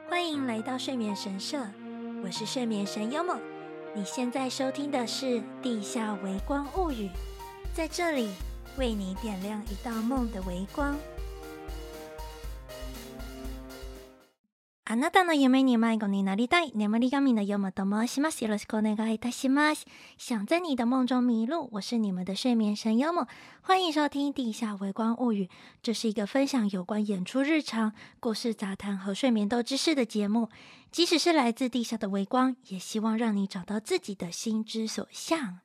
欢迎来到睡眠神社，我是睡眠神幽梦。你现在收听的是《地下微光物语》，在这里为你点亮一道梦的微光。あなたの夢に迷子になりたい眠り神のヨモと申します。よろしくお願いいたします。想在你的梦中迷路，我是你们的睡眠神幽梦，欢迎收听《地下微光物语》。这是一个分享有关演出日常、故事杂谈和睡眠斗知识的节目。即使是来自地下的微光，也希望让你找到自己的心之所向。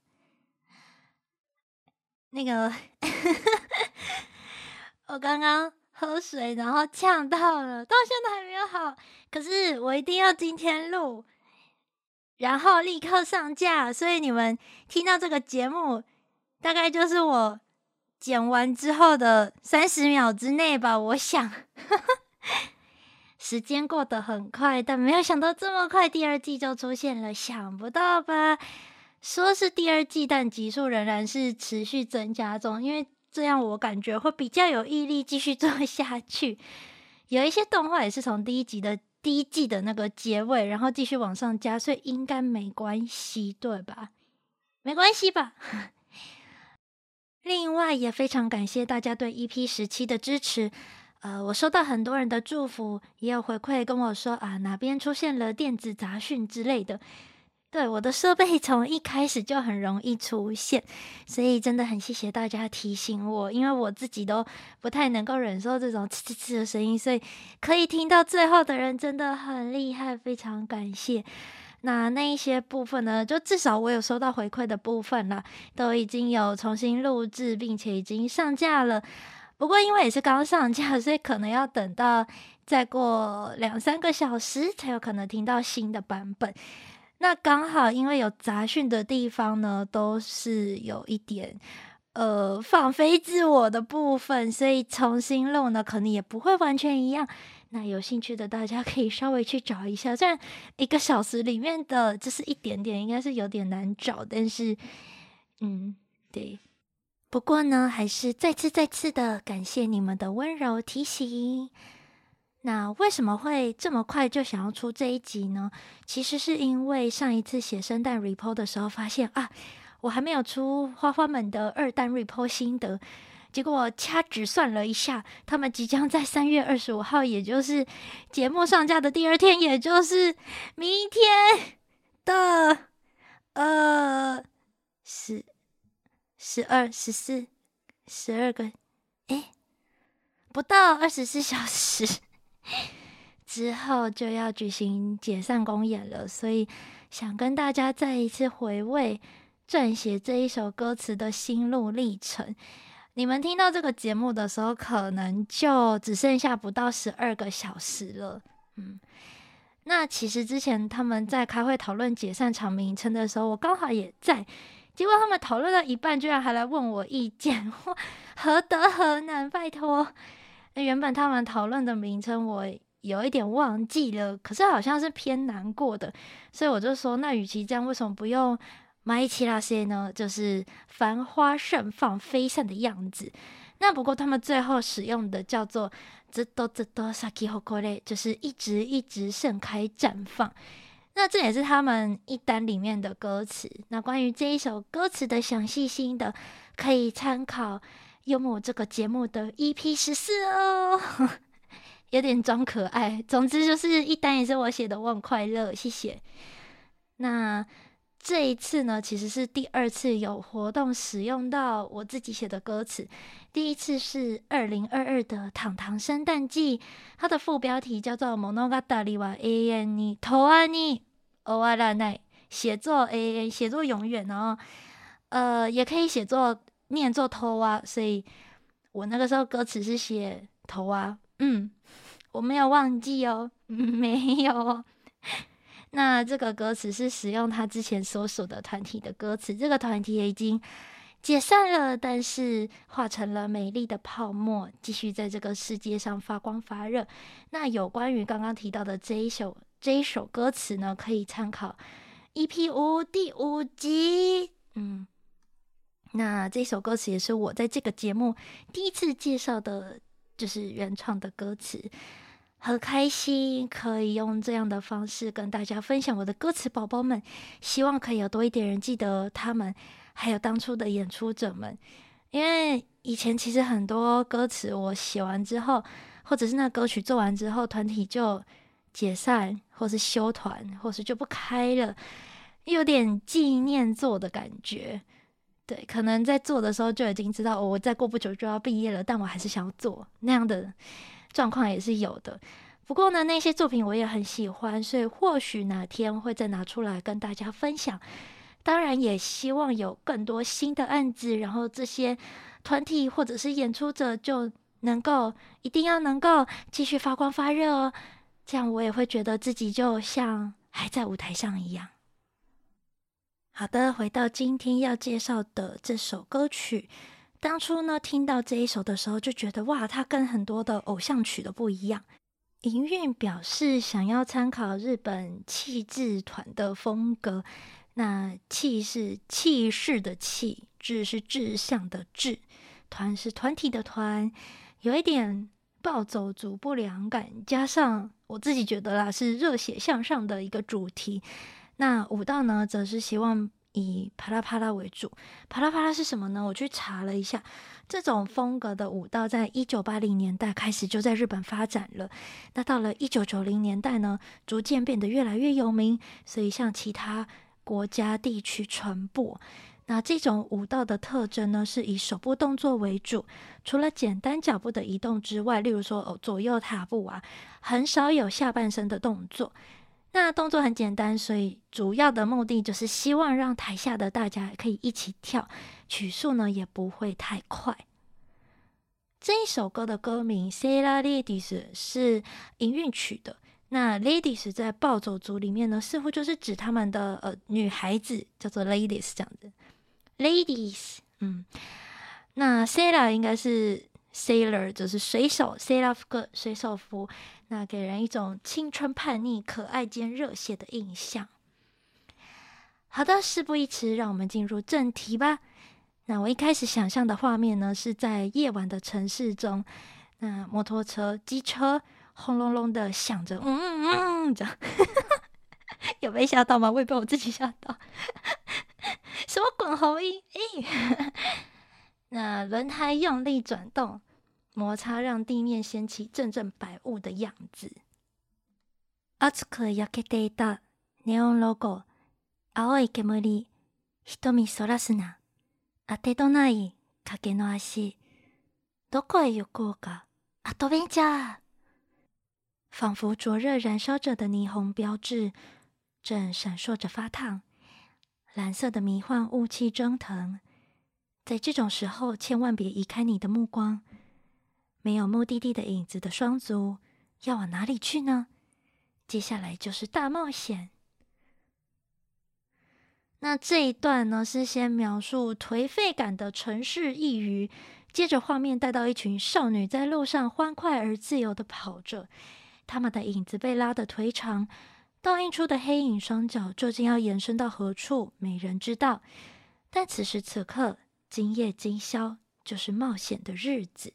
我刚刚喝水，然后呛到了，到现在还没有好。可是我一定要今天录，然后立刻上架，所以你们听到这个节目，大概就是我剪完之后的30秒之内吧，我想。时间过得很快，但没有想到这么快第二季就出现了，想不到吧？说是第二季，但集数仍然是持续增加中，因为这样我感觉会比较有毅力继续做下去。有一些动画也是从第一季的那个结尾，然后继续往上加，所以应该没关系，对吧？没关系吧？另外也非常感谢大家对 EP17 的支持。我收到很多人的祝福，也有回馈跟我说哪边出现了电子杂讯之类的。对，我的设备从一开始就很容易出现，所以真的很谢谢大家提醒我，因为我自己都不太能够忍受这种呲呲呲的声音，所以可以听到最后的人真的很厉害，非常感谢。那一些部分呢，就至少我有收到回馈的部分啦，都已经有重新录制，并且已经上架了。不过因为也是刚上架，所以可能要等到再过2-3个小时才有可能听到新的版本。那刚好因为有杂讯的地方呢，都是有一点放飞自我的部分，所以重新录呢可能也不会完全一样。那有兴趣的大家可以稍微去找一下，虽然1个小时里面的就是一点点应该是有点难找，但是对。不过呢，还是再次的感谢你们的温柔提醒。那为什么会这么快就想要出这一集呢？其实是因为上一次写圣诞 report 的时候发现我还没有出花花们的2弹 report 心得。结果我掐指算了一下，他们即将在3月25号，也就是节目上架的第2天，也就是明天的12、14、12个，不到24小时之后就要举行解散公演了，所以想跟大家再一次回味撰写这一首歌词的心路历程。你们听到这个节目的时候，可能就只剩下不到12个小时了。那其实之前他们在开会讨论解散场名称的时候，我刚好也在。结果他们讨论到一半，居然还来问我意见，何德何能？拜托！原本他们讨论的名称我有一点忘记了，可是好像是偏难过的，所以我就说，那与其这样，为什么不用舞い散らせ呢？就是繁花盛放、飞散的样子。那不过他们最后使用的叫做ずっとずっと咲き誇れ，就是一直一直盛开绽放。那这也是他们一单里面的歌词。那关于这一首歌词的详细心得，可以参考幽默这个节目的 EP14哦。有点装可爱，总之就是一单也是我写的，我很快乐，谢谢。那这一次呢，其实是第2次有活动使用到我自己写的歌词。第一次是2022的糖糖圣诞季，它的副标题叫做物語は永遠に永遠に終わらない，写作永遠，写作永远，然后也可以写作念作头啊，所以我那个时候歌词是写头啊，我没有忘记哦，没有哦。那这个歌词是使用他之前所属的团体的歌词，这个团体也已经解散了，但是化成了美丽的泡沫，继续在这个世界上发光发热。那有关于刚刚提到的这一首歌词呢，可以参考 EP5 第5集。那这首歌词也是我在这个节目第一次介绍的，就是原创的歌词。 很开心可以用这样的方式跟大家分享我的歌词宝宝们，希望可以有多一点人记得他们，还有当初的演出者们。因为以前其实很多歌词我写完之后，或者是那歌曲做完之后，团体就解散，或是休团，或是就不开了，有点纪念做的感觉。对，可能在做的时候就已经知道，我再过不久就要毕业了，但我还是想要做，那样的状况也是有的。不过呢，那些作品我也很喜欢，所以或许哪天会再拿出来跟大家分享。当然也希望有更多新的案子，然后这些团体或者是演出者就一定要能够继续发光发热哦，这样我也会觉得自己就像还在舞台上一样。好的，回到今天要介绍的这首歌曲，当初呢听到这一首的时候就觉得哇，它跟很多的偶像曲都不一样。营运表示想要参考日本气质团的风格，那气是气势的气，志是志向的志，团是团体的团，有一点暴走族不良感，加上我自己觉得啦是热血向上的一个主题。那舞蹈呢，则是希望以啪啦啪啦为主。啪啦啪啦是什么呢？我去查了一下，这种风格的舞蹈在1980年代开始就在日本发展了。那到了1990年代呢，逐渐变得越来越有名，所以向其他国家地区传播。那这种舞蹈的特征呢，是以手部动作为主，除了简单脚步的移动之外，例如说左右踏步啊，很少有下半身的动作。那动作很简单，所以主要的目的就是希望让台下的大家可以一起跳，曲速呢也不会太快。这一首歌的歌名《Sailor Ladies》是营运曲的。那 Ladies 在暴走族里面呢，似乎就是指他们的女孩子，叫做 Ladies 这样子。Ladies，那 Sailor 应该是 Sailor， 就是水手 ，Sailor 服水手服。那给人一种青春叛逆、可爱兼热血的印象。好的，事不宜迟，让我们进入正题吧。那我一开始想象的画面呢，是在夜晚的城市中，那摩托车、机车轰隆隆的响着，这样有被吓到吗？我也被我自己吓到。什么滚喉音？那轮胎用力转动。摩擦让地面掀起阵阵白雾的样子。熱く焼けていたネオンロゴ、青い煙、瞳そらすな、当てとない影の足、どこへ行こうか、アドベンチャー。仿佛灼热燃烧着的霓虹标志，正闪烁着发烫，蓝色的迷幻雾气蒸腾。在这种时候，千万别移开你的目光。没有目的地的影子的双足要往哪里去呢？接下来就是大冒险。那这一段呢，是先描述颓废感的城市一隅，接着画面带到一群少女在路上欢快而自由地跑着，她们的影子被拉得颓长，倒映出的黑影双脚究竟要延伸到何处，没人知道。但此时此刻，今夜今宵就是冒险的日子。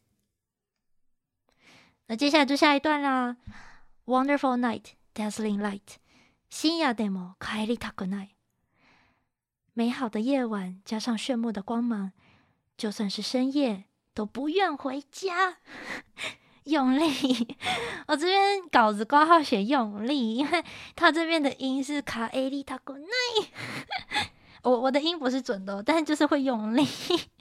那接下来就下一段啦。Wonderful night, dazzling light. 深夜でも帰りたくない。美好的夜晚加上炫目的光芒，就算是深夜都不愿回家。用力，我这边稿子挂号写用力，因为他这边的音是卡埃利塔古奈。我的音不是准的，但就是会用力。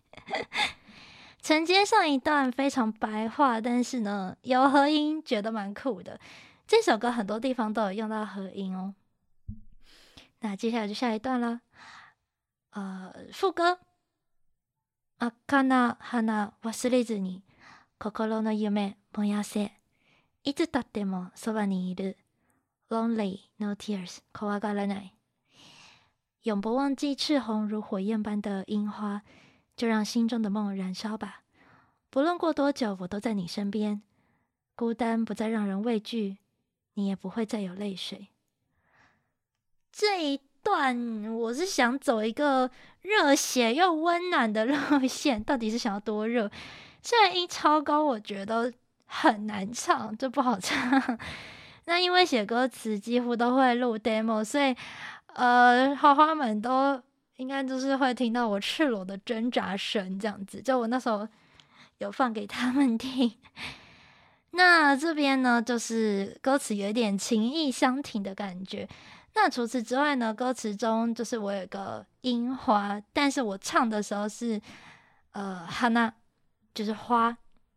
承接上一段非常白话，但是呢有和音，觉得蛮酷的。这首歌很多地方都有用到和音哦。那接下来就下一段了。副歌。赤な花忘れずに心の夢燃やせ。いつ経ってもそばにいる。Lonely, no tears, 怖がらない。永不忘记赤红如火焰般的樱花，就让心中的梦燃烧吧。不论过多久，我都在你身边。孤单不再让人畏惧，你也不会再有泪水。这一段我是想走一个热血又温暖的路线，到底是想要多热？虽然音超高，我觉得很难唱，就不好唱。那因为写歌词几乎都会录 demo， 所以花花们都应该就是会听到我赤裸的挣扎声这样子，就我那时候有放给他们听。那这边呢，就是歌词有一点情意相挺的感觉。那除此之外呢，歌词中就是我有一个樱花，但是我唱的时候是花，就是花。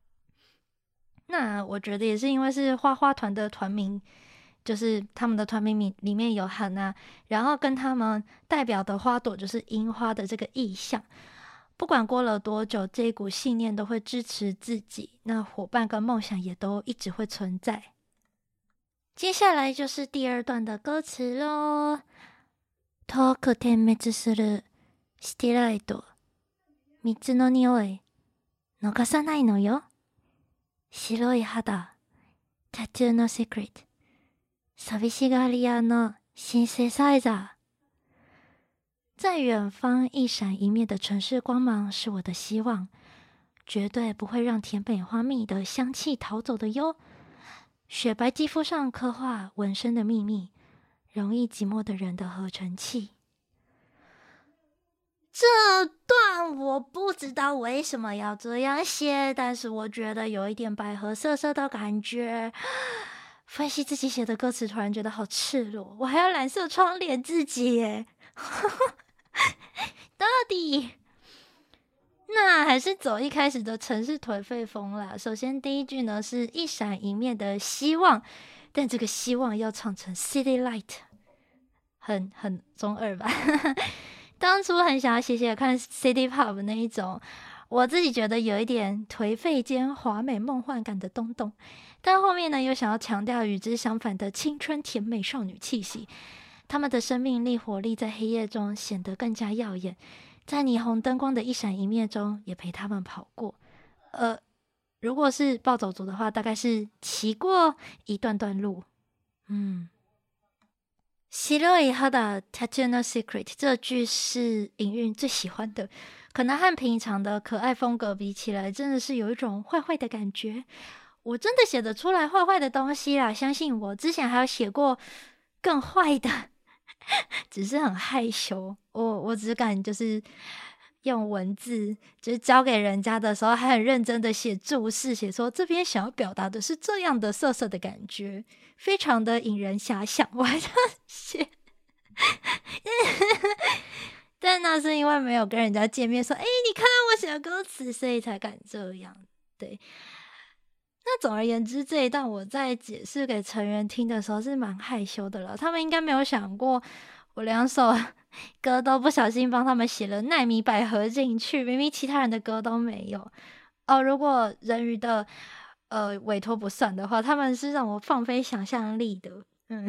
那我觉得也是因为是花花团的团名，就是他们的团名里面有花，然后跟他们代表的花朵就是樱花的这个意象。不管过了多久，这一股信念都会支持自己，那伙伴跟梦想也都一直会存在。接下来就是第二段的歌词咯。遠く点滅するシティライト、3つの匂い、逃さないのよ。白い肌、タトゥーのシークレット、寂しがり屋のシンセサイザー。在远方一闪一灭的城市光芒是我的希望，绝对不会让甜美花蜜的香气逃走的哟。雪白肌肤上刻画纹身的秘密，容易寂寞的人的合成器。这段我不知道为什么要这样写，但是我觉得有一点百合涩涩的感觉。分析自己写的歌词，突然觉得好赤裸，我还要蓝色窗帘自己耶。到底那还是走一开始的城市颓废风啦。首先第一句呢是一闪一灭的希望，但这个希望要唱成 City Light， 很中二吧。当初很想要写看 City Pop 那一种，我自己觉得有一点颓废兼华美梦幻感的东东，但后面呢又想要强调与之相反的青春甜美少女气息。他们的生命力活力在黑夜中显得更加耀眼，在霓虹灯光的一闪一灭中也陪他们跑过。如果是暴走族的话，大概是骑过一段段路。白い肌、タトゥーのシークレット，这句是营运最喜欢的，可能和平常的可爱风格比起来，真的是有一种坏坏的感觉。我真的写得出来坏坏的东西啦，相信我，之前还有写过更坏的。只是很害羞，我只敢就是用文字，就是交给人家的时候，还很认真的写注释，写说这边想要表达的是这样的涩涩的感觉，非常的引人遐想，我还这样写。但那是因为没有跟人家见面说，你看我写的歌词，所以才敢这样。对。那总而言之，这一段我在解释给成员听的时候是蛮害羞的了，他们应该没有想过我2首歌都不小心帮他们写了奈米百合进去，明明其他人的歌都没有。如果人鱼的委托不算的话，他们是让我放飞想象力的。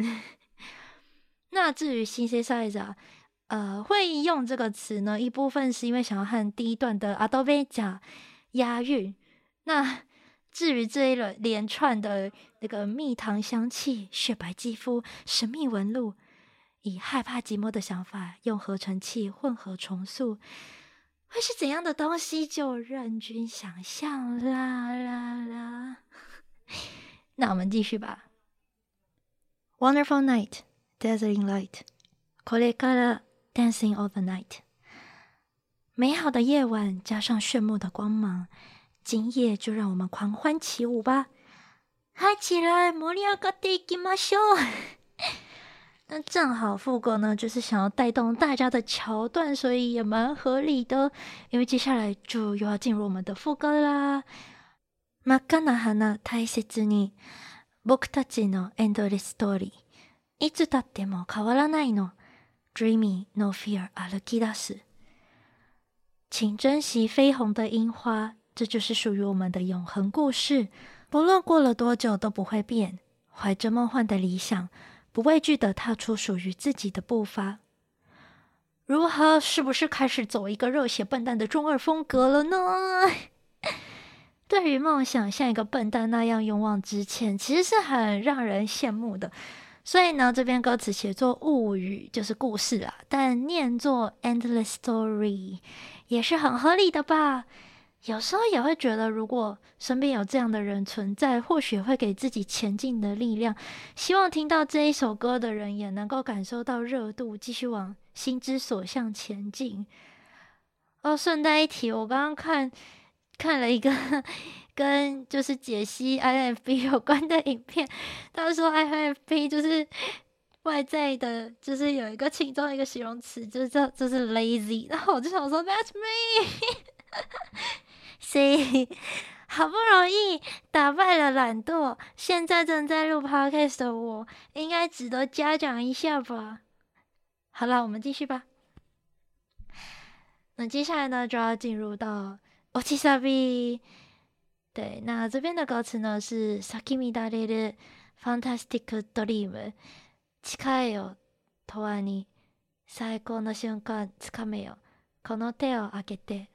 那至于新 synthesizer， 会用这个词呢，一部分是因为想要和第一段的 Adobe 押韵。那至于这一连串的那个蜜糖香气、雪白肌肤、神秘纹路，以害怕寂寞的想法用合成器混合重塑，会是怎样的东西，就任君想象啦。那我们继续吧。Wonderful night, dazzling light, これからdancing all the night。美好的夜晚加上炫目的光芒。今夜就让我们狂欢起舞吧！嗨起来，盛り上がっていきましょう。那正好副歌呢，就是想要带动大家的桥段，所以也蛮合理的。因为接下来就又要进入我们的副歌啦。真っ赤な花大切に、僕たちのエンドレスストーリー、いつ経っても変わらないの。Dreamy, no fear， 歩き出す。请珍惜绯红的樱花。这就是属于我们的永恒故事，不论过了多久都不会变。怀着梦幻的理想，不畏惧地踏出属于自己的步伐。如何？是不是开始走一个热血笨蛋的中二风格了呢？对于梦想像一个笨蛋那样勇往直前，其实是很让人羡慕的。所以呢，这边歌词写作物语就是故事啊，但念作 endless story 也是很合理的吧。 有时候也会觉得，如果身边有这样的人存在，或许会给自己前进的力量。希望听到这一首歌的人也能够感受到热度，继续往心之所向前进。顺带一提，我刚刚看了一个跟就是解析 INFP 有关的影片，他说 INFP 就是外在的，就是有一个其中一个形容词，就是 lazy， 然后我就想说 That's me 所以好不容易打败了懒惰，现在正在录 podcast 的我，应该值得嘉奖一下吧。好了，我们继续吧。那接下来呢，就要进入到 Ochisabi。对，那这边的歌词呢是 Sakimi dareru fantastic dream 誓えよ永遠に最高の瞬間つかめよこの手を挙げて。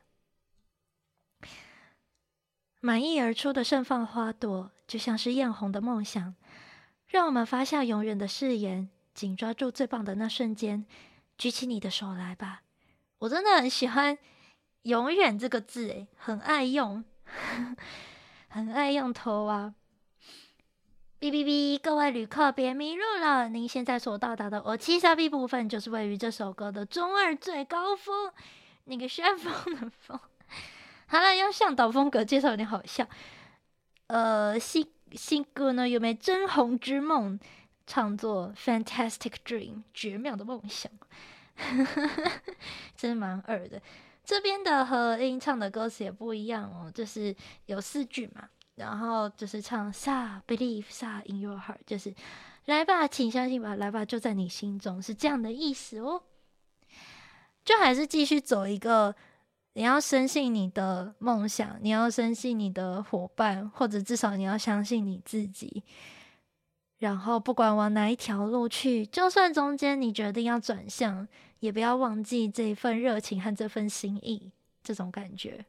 满溢而出的盛放花朵，就像是艳红的梦想，让我们发下永远的誓言，紧抓住最棒的那瞬间，举起你的手来吧。我真的很喜欢“永远”这个字，诶，很爱用，很爱用头啊！哔哔哔，各位旅客别迷路了，您现在所到达的Ochisabi部分，就是位于这首歌的中二最高峰，那个旋风的风。好了，用向导风格介绍有点好笑。新歌呢有没真红之梦，唱作 Fantastic Dream 绝妙的梦想，真蛮二的。这边的和音唱的歌词也不一样哦，就是有4句嘛，然后就是唱 Sa believe Sa in your heart， 就是来吧，请相信吧，来吧，就在你心中，是这样的意思哦。就还是继续走一个。你要深信你的梦想，你要深信你的伙伴，或者至少你要相信你自己。然后不管往哪一条路去，就算中间你决定要转向，也不要忘记这一份热情和这份心意，这种感觉。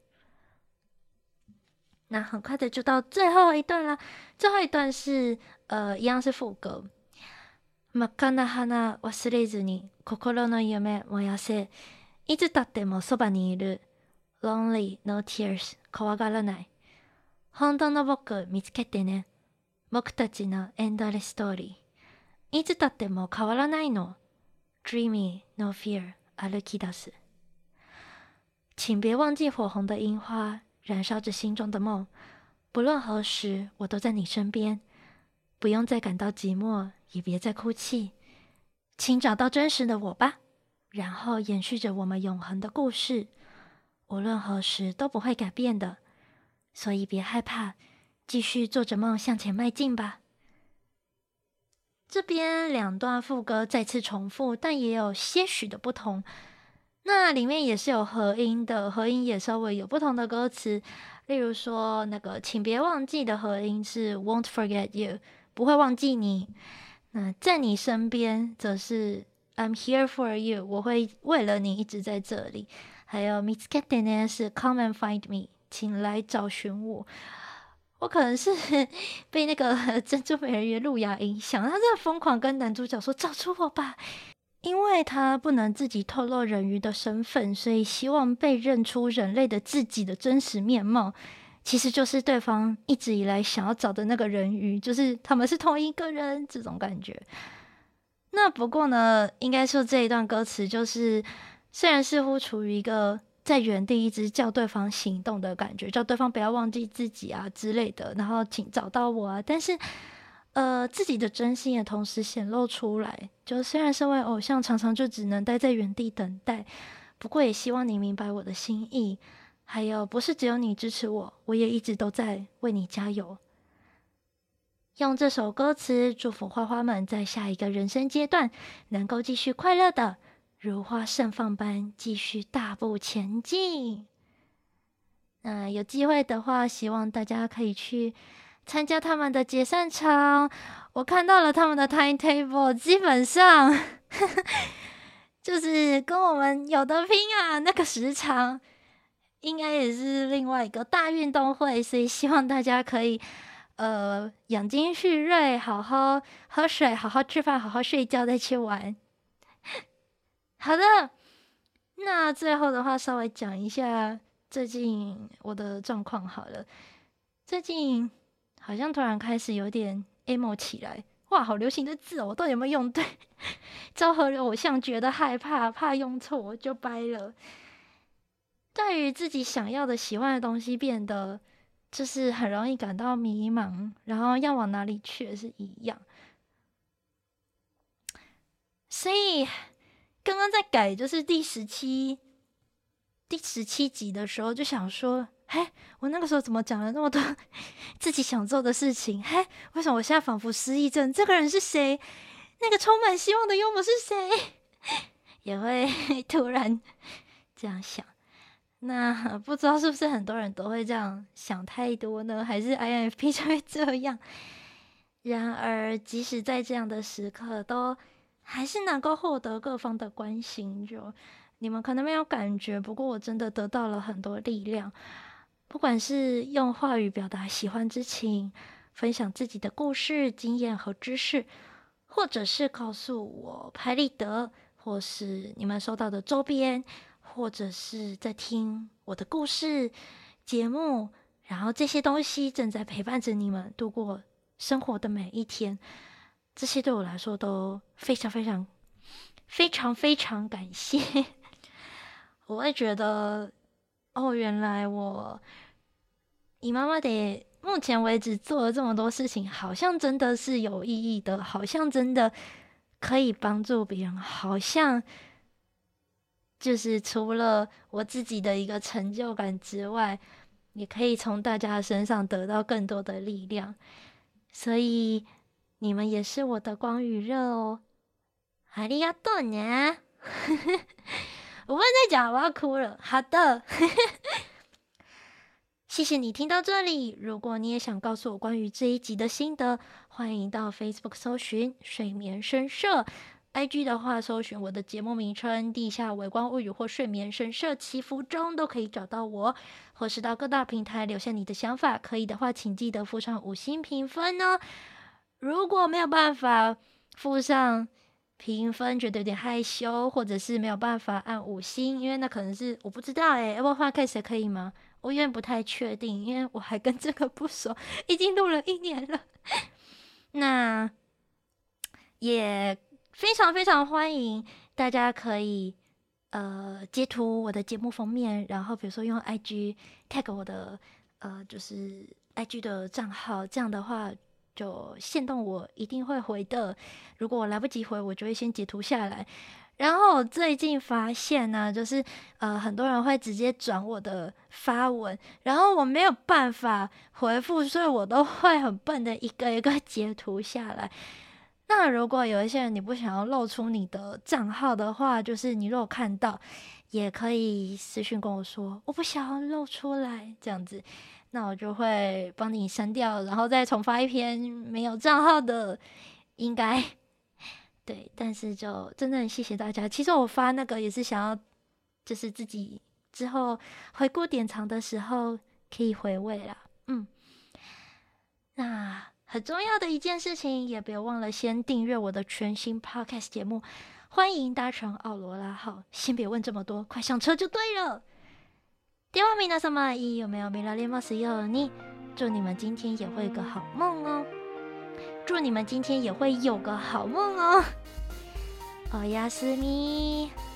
那很快的就到最后一段啦，最后一段是一样是副歌。真っ赤な花忘れずに心の夢燃やせ、いつたってもそばにいる。Lonely, no tears, 怖がらない。本当の僕見つけてね。僕たちのエンドレスストーリー。いつたっても変わらないの。Dreamy, no fear, 歩き出す。请别忘记火红的樱花，燃烧着心中的梦。不论何时，我都在你身边。不用再感到寂寞，也别再哭泣。请找到真实的我吧，然后延续着我们永恒的故事。无论何时都不会改变的，所以别害怕，继续做着梦向前迈进吧。这边2段副歌再次重复，但也有些许的不同。那里面也是有合音的，合音也稍微有不同的歌词。例如说，那个请别忘记的合音是 won't forget you， 不会忘记你。那在你身边则是 I'm here for you， 我会为了你一直在这里。还有 Mitsuke 呢是 Come and find me， 请来找寻我。我可能是被那个珍珠美人鱼路亚影响，他真的疯狂跟男主角说找出我吧，因为他不能自己透露人鱼的身份，所以希望被认出人类的自己的真实面貌，其实就是对方一直以来想要找的那个人鱼，就是他们是同一个人这种感觉。那不过呢，应该说这一段歌词就是虽然似乎处于一个在原地一直叫对方行动的感觉，叫对方不要忘记自己啊之类的，然后请找到我啊，但是自己的真心也同时显露出来。就虽然身为偶像，常常就只能待在原地等待，不过也希望你明白我的心意。还有，不是只有你支持我，我也一直都在为你加油。用这首歌词祝福花花们在下一个人生阶段能够继续快乐的如花盛放般继续大步前进。那有机会的话，希望大家可以去参加他们的解散场。我看到了他们的 timetable， 基本上就是跟我们有得拼啊，那个时长应该也是另外一个大运动会，所以希望大家可以养精蓄锐，好好喝水，好好吃饭，好好睡觉，再去玩。好的，那最后的话稍微讲一下最近我的状况好了，最近好像突然开始有点 emo 起来。哇，好流行的字哦，我到底有没有用对？昭和偶像觉得害怕，怕用错就掰了。对于自己想要的、喜欢的东西，变得就是很容易感到迷茫，然后要往哪里去也是一样。所以刚刚在改就是第17集的时候，就想说，嘿，我那个时候怎么讲了那么多自己想做的事情？嘿，为什么我现在仿佛失忆症？这个人是谁？那个充满希望的幽默是谁？也会突然这样想。那不知道是不是很多人都会这样想太多呢？还是 INFP 就会这样？然而，即使在这样的时刻，都还是能够获得各方的关心。就你们可能没有感觉，不过我真的得到了很多力量。不管是用话语表达喜欢之情，分享自己的故事、经验和知识，或者是告诉我拍立得，或是你们收到的周边，或者是在听我的故事节目，然后这些东西正在陪伴着你们度过生活的每一天，这些对我来说都非常非常非常非常感谢。我会觉得，哦，原来我以妈妈的目前为止做了这么多事情，好像真的是有意义的，好像真的可以帮助别人，好像就是除了我自己的一个成就感之外，也可以从大家身上得到更多的力量。所以你们也是我的光与热哦，ありがとうね。我不会再讲，我要哭了。好的，谢谢你听到这里。如果你也想告诉我关于这一集的心得，欢迎到 Facebook 搜寻睡眠深社，IG 的话搜寻我的节目名称地下微光物语或睡眠深社祈福中都可以找到我，或是到各大平台留下你的想法，可以的话请记得附上5星评分哦。如果没有办法附上评分，觉得有点害羞，或者是没有办法按5星，因为那可能是我不知道Apple Podcast 可以吗？我有点不太确定，因为我还跟这个不熟，已经录了1年了。那也非常非常欢迎大家可以截图我的节目封面，然后比如说用 IG tag 我的就是 IG 的账号，这样的话就限动我一定会回的。如果我来不及回，我就会先截图下来。然后我最近发现呢，就是很多人会直接转我的发文，然后我没有办法回复，所以我都会很笨的一个一个截图下来。那如果有一些人你不想要露出你的账号的话，就是你如果看到，也可以私讯跟我说，我不想要露出来这样子，那我就会帮你删掉，然后再重发一篇没有账号的，应该。对，但是就真的很谢谢大家。其实我发那个也是想要，就是自己之后回顾典藏的时候可以回味啦。那很重要的一件事情，也别忘了先订阅我的全新 podcast 节目。欢迎搭乘奥罗拉号，先别问这么多，快上车就对了。では皆様、いい夢を見られますように。祝你们今天也会有个好梦哦。祝你们今天也会有个好梦哦。おやすみ。